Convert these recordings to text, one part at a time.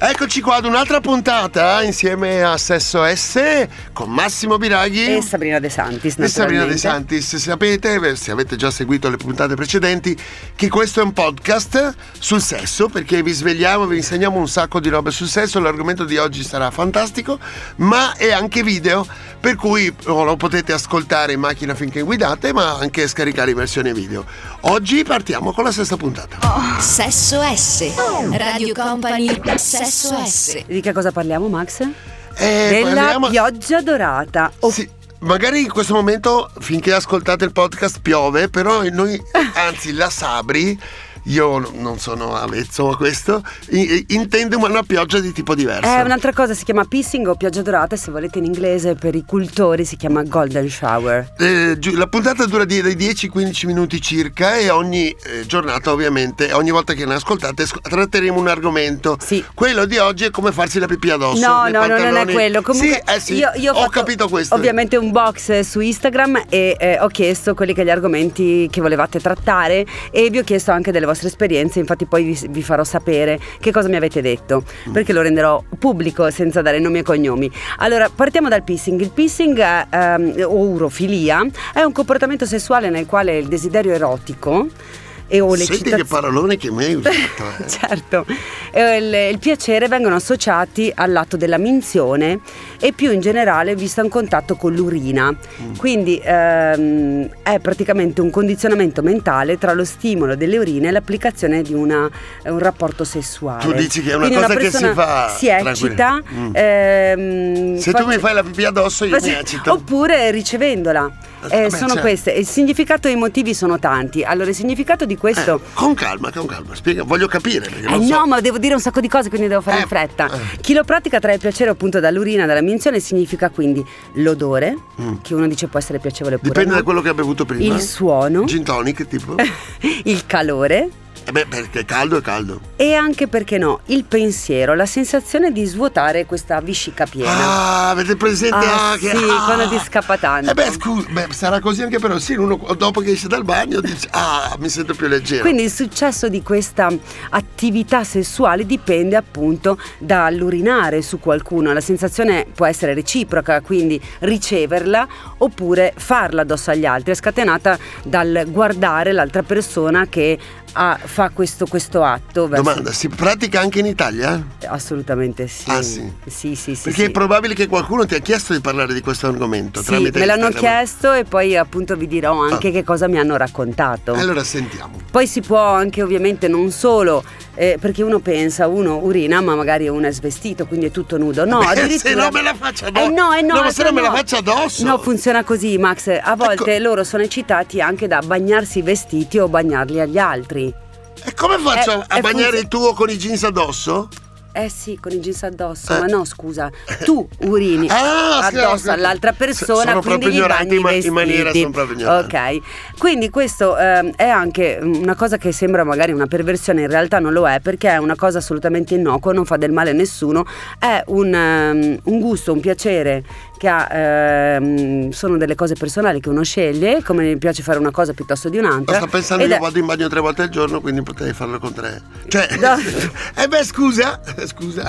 Eccoci qua ad un'altra puntata insieme a Sesso S con Massimo Biraghi e Sabrina De Santis. Sapete, se avete già seguito le puntate precedenti, che questo è un podcast sul sesso, perché vi svegliamo, vi insegniamo un sacco di robe sul sesso. L'argomento di oggi sarà fantastico, ma è anche video, per cui lo potete ascoltare in macchina finché guidate, ma anche scaricare in versione video. Oggi partiamo con la sesta puntata. Sesso S, Radio Company, Sesso S. Di che cosa parliamo, Max? Della pioggia dorata. Sì, magari in questo momento, finché ascoltate il podcast, piove, però noi, anzi la Sabri, io non sono avvezzo a questo, intende una pioggia di tipo diverso. È un'altra cosa, si chiama pissing o pioggia dorata, se volete in inglese, per i cultori si chiama golden shower. La puntata dura dai 10-15 minuti circa e ogni giornata, ovviamente, ogni volta che ne ascoltate tratteremo un argomento. Sì. Quello di oggi è come farsi la pipì addosso. No, non è quello. Comunque, sì, io ho capito questo. Ovviamente un box su Instagram e ho chiesto quelli che gli argomenti che volevate trattare e vi ho chiesto anche delle vostre esperienze, infatti poi vi farò sapere che cosa mi avete detto, perché lo renderò pubblico senza dare nomi e cognomi. Allora, partiamo dal pissing. Il pissing o urofilia è un comportamento sessuale nel quale il desiderio erotico senti che parolone che mi hai usato. Certo, il piacere vengono associati all'atto della minzione e più in generale visto in contatto con l'urina. Quindi è praticamente un condizionamento mentale tra lo stimolo delle urine e l'applicazione di un rapporto sessuale. Tu dici che è una Quindi cosa che si fa, si eccita, se tu mi fai la pipì addosso io mi eccito, oppure ricevendola. Sono queste. Il significato e i motivi sono tanti. Allora, il significato di questo con calma, spiega, voglio capire perché non so. No, ma devo dire un sacco di cose, quindi devo fare in fretta. Chi lo pratica trae piacere appunto dall'urina, dalla minzione. Significa quindi l'odore, che uno dice può essere piacevole oppure dipende no. da quello che ha bevuto prima. Il suono, gin tonic tipo. il calore. Perché è caldo. E anche, perché no, il pensiero, la sensazione di svuotare questa vescica piena. Avete presente? Sì, quando ti scappa tanto. Sarà così anche però sì, uno dopo che esce dal bagno dice mi sento più leggero. Quindi il successo di questa attività sessuale dipende appunto dall'urinare su qualcuno. La sensazione può essere reciproca, quindi riceverla oppure farla addosso agli altri. È scatenata dal guardare l'altra persona che fa questo atto. Domanda, si pratica anche in Italia? Assolutamente sì. Sì. Perché è probabile che qualcuno ti ha chiesto di parlare di questo argomento. Sì, me l'hanno chiesto e poi appunto vi dirò anche che cosa mi hanno raccontato. Allora sentiamo. Poi si può anche ovviamente non solo perché uno urina ma magari uno è svestito, quindi è tutto nudo. No, addirittura se non me la faccio addosso. No, se non me la faccio addosso. No, funziona così, Max. A volte loro sono eccitati anche da bagnarsi i vestiti o bagnarli agli altri. E come faccio a bagnare il tuo con i jeans addosso? Sì, con i jeans addosso, ma no, scusa, tu urini addosso all'altra persona, sono quindi proprio gli bagni i vestiti. in maniera sono proprio ignorante. Ok, quindi questo è anche una cosa che sembra magari una perversione, in realtà non lo è, perché è una cosa assolutamente innocua, non fa del male a nessuno, è un gusto, un piacere che ha, sono delle cose personali che uno sceglie, come mi piace fare una cosa piuttosto di un'altra. Sto pensando, io vado in bagno 3 volte al giorno, quindi potrei farlo con 3. Cioè, no. Scusa.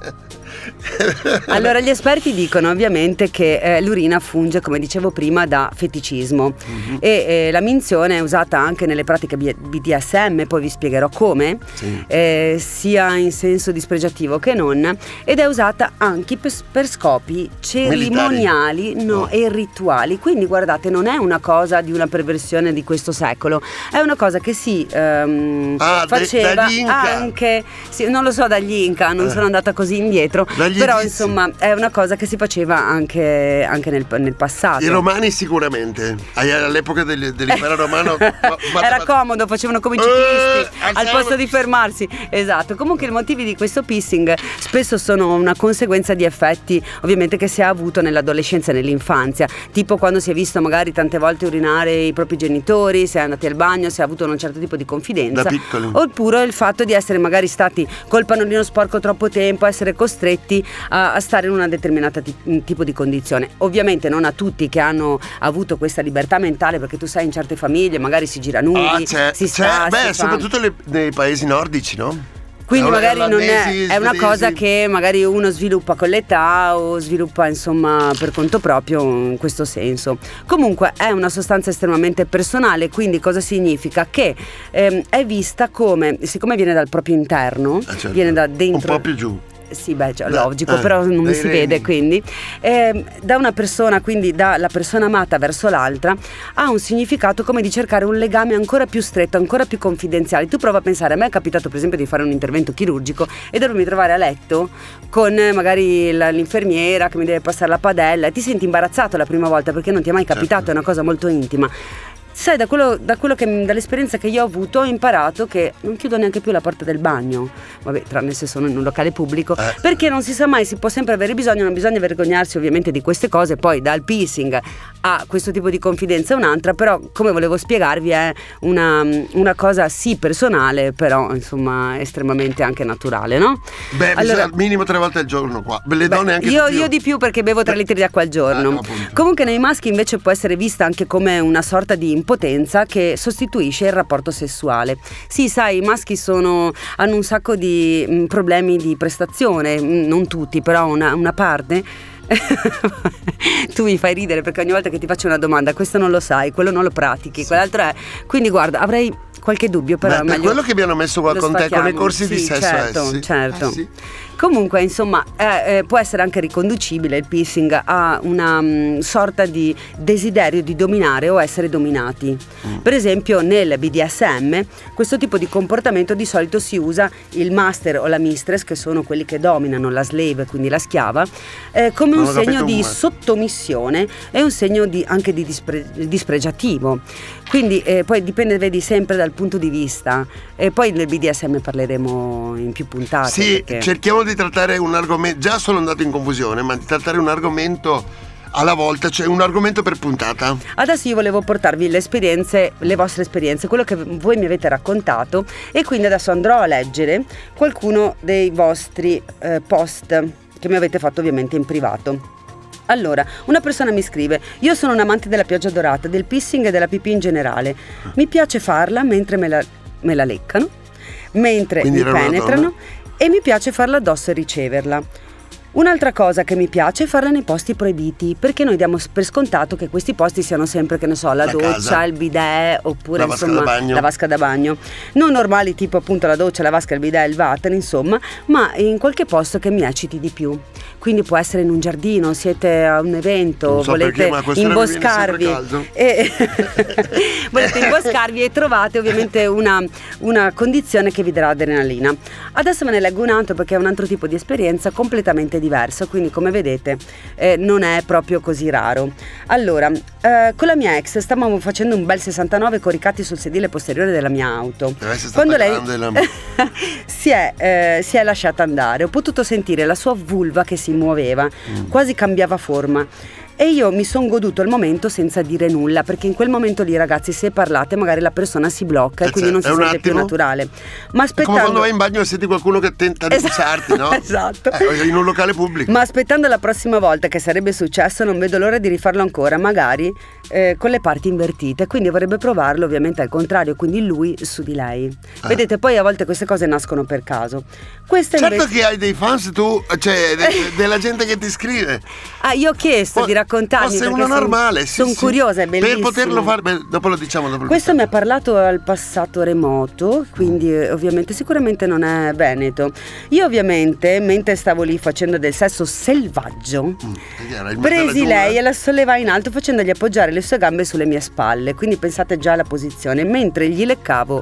Allora, gli esperti dicono ovviamente che l'urina funge, come dicevo prima, da feticismo e la minzione è usata anche nelle pratiche BDSM, poi vi spiegherò come, sia in senso dispregiativo che non, ed è usata anche per scopi cerimoniali e rituali. Quindi guardate, non è una cosa di una perversione di questo secolo, è una cosa che si faceva anche, non lo so, dagli Inca, non sono andata così indietro, però insomma è una cosa che si faceva anche nel passato. I romani sicuramente, all'epoca dell'impero romano era comodo, facevano come i ciclisti al posto di fermarsi. Esatto. Comunque i motivi di questo pissing spesso sono una conseguenza di effetti ovviamente che si è avuto nell'adolescenza e nell'infanzia, tipo quando si è visto magari tante volte urinare i propri genitori, si è andati al bagno, si è avuto un certo tipo di confidenza, da piccoli. Oppure il fatto di essere magari stati col pannolino sporco troppo tempo, essere costretti a stare in una determinata tipo di condizione. Ovviamente non a tutti che hanno avuto questa libertà mentale, perché tu sai, in certe famiglie magari si gira nudi, soprattutto nei paesi nordici, no? Quindi magari non olandesi, è una svedesi. cosa che magari uno sviluppa con l'età o sviluppa insomma per conto proprio in questo senso. Comunque è una sostanza estremamente personale, quindi cosa significa? Che è vista come, siccome viene dal proprio interno, Certo. viene da dentro. Un po' più giù. Sì, beh, cioè, logico, però non mi si vede, quindi da una persona, quindi dalla persona amata verso l'altra, ha un significato come di cercare un legame ancora più stretto, ancora più confidenziale. Tu prova a pensare, a me è capitato per esempio di fare un intervento chirurgico e dovermi trovare a letto con magari l'infermiera che mi deve passare la padella e ti senti imbarazzato la prima volta perché non ti è mai capitato, Certo. è una cosa molto intima. Sai, dall'esperienza che io ho avuto ho imparato che non chiudo neanche più la porta del bagno, vabbè, tranne se sono in un locale pubblico, perché non si sa mai, si può sempre avere bisogno, non bisogna vergognarsi ovviamente di queste cose. Poi dal piercing a questo tipo di confidenza è un'altra, però come volevo spiegarvi è una cosa sì personale, però insomma estremamente anche naturale, no? Beh, Allora, al minimo 3 volte al giorno qua. Le donne anche io di più perché bevo 3 litri di acqua al giorno. No, appunto. Comunque nei maschi invece può essere vista anche come una sorta di impotenza che sostituisce il rapporto sessuale. Sì, sai, i maschi hanno un sacco di problemi di prestazione, non tutti, però una parte. Tu mi fai ridere perché ogni volta che ti faccio una domanda, questo non lo sai, quello non lo pratichi, sì. Quell'altro è. Quindi guarda, avrei qualche dubbio, però Beh, per quello che abbiamo messo qua lo con te, con i sfatiamo. corsi di Sì, sesso certo. sì. Comunque insomma può essere anche riconducibile il piercing a una sorta di desiderio di dominare o essere dominati. Per esempio nel BDSM questo tipo di comportamento di solito si usa il master o la mistress, che sono quelli che dominano la slave, quindi la schiava, come un segno di sottomissione e un segno anche di dispregiativo. Quindi poi dipende, vedi, sempre dal punto di vista. E poi nel BDSM parleremo in più puntate. Sì, perché cerchiamo di trattare un argomento, già sono andato in confusione, ma di trattare un argomento alla volta, cioè un argomento per puntata. Adesso io volevo portarvi le vostre esperienze, quello che voi mi avete raccontato, e quindi adesso andrò a leggere qualcuno dei vostri post che mi avete fatto ovviamente in privato. Allora, una persona mi scrive: io sono un amante della pioggia dorata, del pissing e della pipì in generale. Mi piace farla mentre me la leccano, mentre Quindi mi penetrano, e mi piace farla addosso e riceverla. Un'altra cosa che mi piace è farla nei posti proibiti, perché noi diamo per scontato che questi posti siano sempre, che ne so, la doccia, casa, il bidet, oppure la vasca da bagno. la vasca da bagno. Non normali tipo appunto la doccia, la vasca, il bidet, il water, insomma, ma in qualche posto che mi ecciti di più. Quindi può essere in un giardino, siete a un evento, volete imboscarvi volete imboscarvi e trovate ovviamente una condizione che vi darà adrenalina. Adesso ve ne leggo un altro perché è un altro tipo di esperienza completamente diversa, quindi come vedete non è proprio così raro. Allora, con la mia ex stavamo facendo un bel 69 coricati sul sedile posteriore della mia auto. Quando lei si è lasciata andare, ho potuto sentire la sua vulva che si muoveva, quasi cambiava forma, e io mi sono goduto il momento senza dire nulla, perché in quel momento lì, ragazzi, se parlate magari la persona si blocca e quindi non si sente più naturale. Ma aspettando, come quando vai in bagno e senti qualcuno che tenta di bussarti, no? Esatto. In un locale pubblico. Ma aspettando la prossima volta che sarebbe successo, non vedo l'ora di rifarlo ancora, magari con le parti invertite, quindi vorrebbe provarlo ovviamente al contrario, quindi lui su di lei. Vedete, poi a volte queste cose nascono per caso. Questa Certo invece... che hai dei fans tu, cioè della gente che ti scrive. Io ho chiesto di raccontarmi, sei perché una normale, sono curiosa, è bellissimo. Per poterlo fare, dopo lo diciamo. Questo mi ha parlato al passato remoto, quindi ovviamente sicuramente non è veneto. Io ovviamente, mentre stavo lì facendo del sesso selvaggio, presi lei e la sollevai in alto facendogli appoggiare le sue gambe sulle mie spalle, quindi pensate già alla posizione, mentre gli leccavo,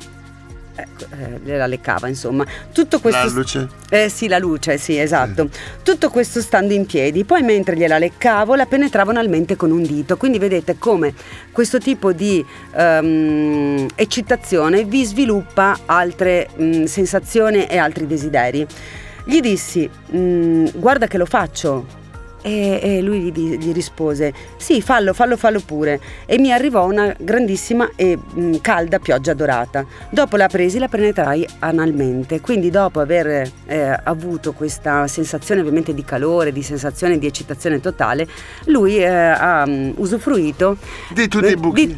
la leccava, insomma, tutto questo. La luce? Sì, la luce, sì, esatto. Tutto questo stando in piedi. Poi mentre gliela leccavo la penetravo analmente con un dito. Quindi vedete come questo tipo di eccitazione vi sviluppa altre sensazioni e altri desideri. Gli dissi: guarda che lo faccio. E lui gli rispose: sì, fallo pure. E mi arrivò una grandissima e calda pioggia dorata. Dopo la presi, la penetrai analmente. Quindi dopo aver avuto questa sensazione ovviamente di calore, di sensazione di eccitazione totale, lui ha usufruito di tutti i buchi.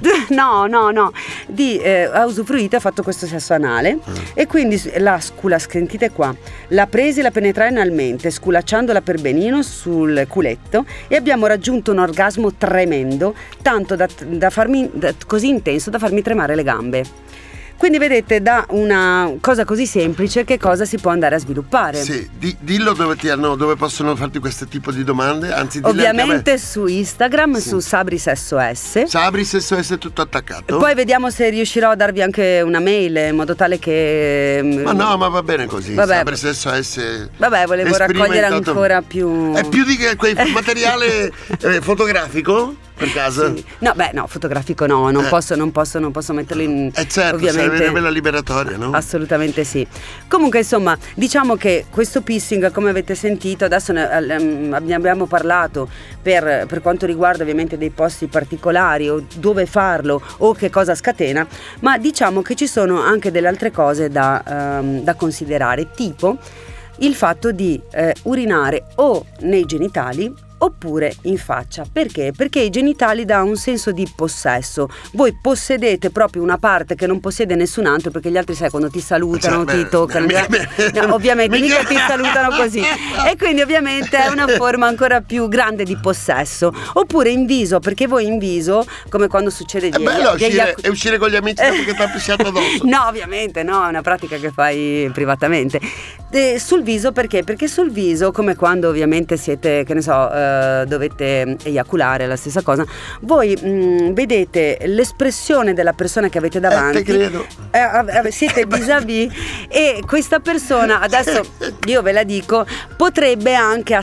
Ha usufruito, ha fatto questo sesso anale. E quindi sentite qua, la presi, la penetrai analmente, sculacciandola per benino sul culetto, e abbiamo raggiunto un orgasmo tremendo, tanto da farmi così intenso da farmi tremare le gambe. Quindi vedete, da una cosa così semplice che cosa si può andare a sviluppare. Sì, dillo dove possono farti questo tipo di domande. Anzi, ovviamente su Instagram, sì, su Sabri Sesso S. Sabri Sesso S tutto attaccato. Poi vediamo se riuscirò a darvi anche una mail in modo tale che... Ma no, ma va bene così. Vabbè. Sabri Sesso S. Vabbè, volevo raccogliere ancora più... È più di quel materiale fotografico? Per caso? Sì. No, fotografico no, non posso metterlo in... certo, ovviamente, serve una liberatoria, no? Assolutamente sì. Comunque, insomma, diciamo che questo pissing, come avete sentito, adesso ne abbiamo parlato per quanto riguarda ovviamente dei posti particolari, o dove farlo, o che cosa scatena, ma diciamo che ci sono anche delle altre cose da considerare, tipo il fatto di urinare o nei genitali oppure in faccia. Perché? Perché i genitali dà un senso di possesso. Voi possedete proprio una parte che non possiede nessun altro, perché gli altri, sai, quando ti salutano, ti toccano, no, ovviamente mica ti salutano così, e quindi ovviamente è una forma ancora più grande di possesso. Oppure in viso, perché voi in viso, come quando succede è uscire con gli amici dopo che ti ha pisciato addosso. No, ovviamente no, è una pratica che fai privatamente. Sul viso perché? Perché sul viso, come quando ovviamente siete, che ne so, dovete eiaculare, la stessa cosa, voi vedete l'espressione della persona che avete davanti, te credo. Siete vis-à-vis, e questa persona, adesso io ve la dico, potrebbe anche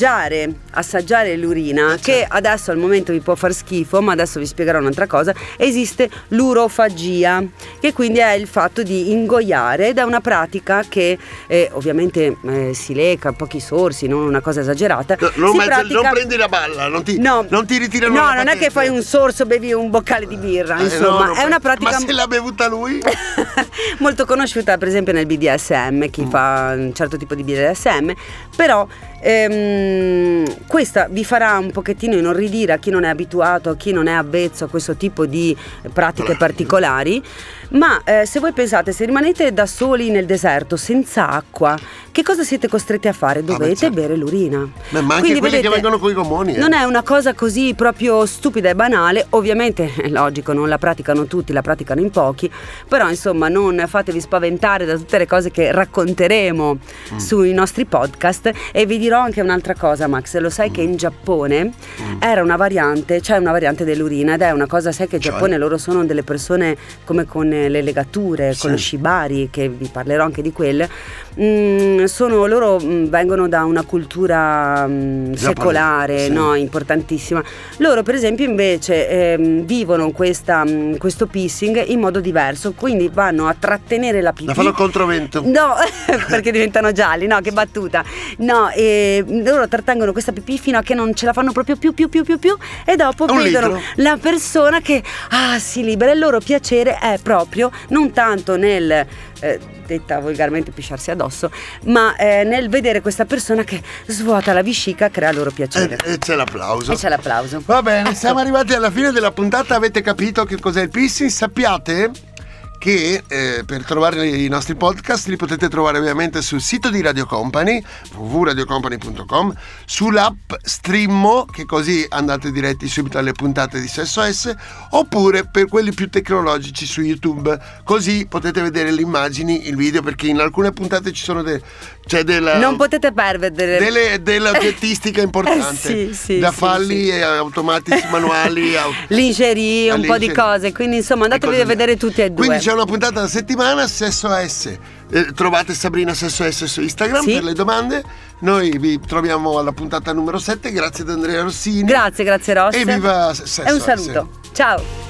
assaggiare l'urina, che adesso al momento vi può far schifo, ma adesso vi spiegherò un'altra cosa. Esiste l'urofagia, che quindi è il fatto di ingoiare, ed è una pratica che ovviamente si leca, pochi sorsi, non una cosa esagerata. Non prendi la balla, non ti ritirano la patente. Non è che fai un sorso, bevi un boccale di birra, insomma, è una pratica. Ma se l'ha bevuta lui? Molto conosciuta per esempio nel BDSM, chi fa un certo tipo di BDSM, però questa vi farà un pochettino inorridire a chi non è abituato, a chi non è avvezzo a questo tipo di pratiche particolari. Ma se voi pensate, se rimanete da soli nel deserto senza acqua, che cosa siete costretti a fare? Dovete bere l'urina. Ma anche quindi, quelli che vengono coi gomoni. Non è una cosa così proprio stupida e banale. Ovviamente è logico, non la praticano tutti, la praticano in pochi, però insomma non fatevi spaventare da tutte le cose che racconteremo sui nostri podcast. E vi dirò anche un'altra cosa, Max, lo sai che in Giappone era una variante, c'è una variante dell'urina, ed è una cosa, sai che in Giappone loro sono delle persone come con le legature, con lo shibari, che vi parlerò anche di quelle. Loro vengono da una cultura secolare, no, importantissima. Loro per esempio invece vivono questo pissing in modo diverso, quindi vanno a trattenere la pipì. La fanno controvento. No, perché diventano gialli, no, che battuta. No, loro trattengono questa pipì fino a che non ce la fanno proprio più, e dopo vedono la persona che si libera. Il loro piacere è proprio non tanto nel detta volgarmente pisciarsi addosso, ma nel vedere questa persona che svuota la vescica, crea loro piacere. E c'è l'applauso. Va bene, siamo arrivati alla fine della puntata. Avete capito che cos'è il pissing? Sappiate che per trovare i nostri podcast li potete trovare ovviamente sul sito di Radio Company, www.radiocompany.com, sull'app Streammo, che così andate diretti subito alle puntate di Sesso S, oppure per quelli più tecnologici su YouTube, così potete vedere le immagini, il video, perché in alcune puntate ci sono non potete perdere dell'oggettistica importante, da falli e automatici manuali, lingerie, un po' di cose, quindi insomma andatevi a vedere tutti e due. Quindi c'è una puntata alla settimana, Sesso S. Trovate Sabrina Sesso S su Instagram per le domande. Noi vi troviamo alla puntata numero 7. Grazie ad Andrea Rossini. Grazie Ross. E viva Sesso S. E un saluto. Ciao.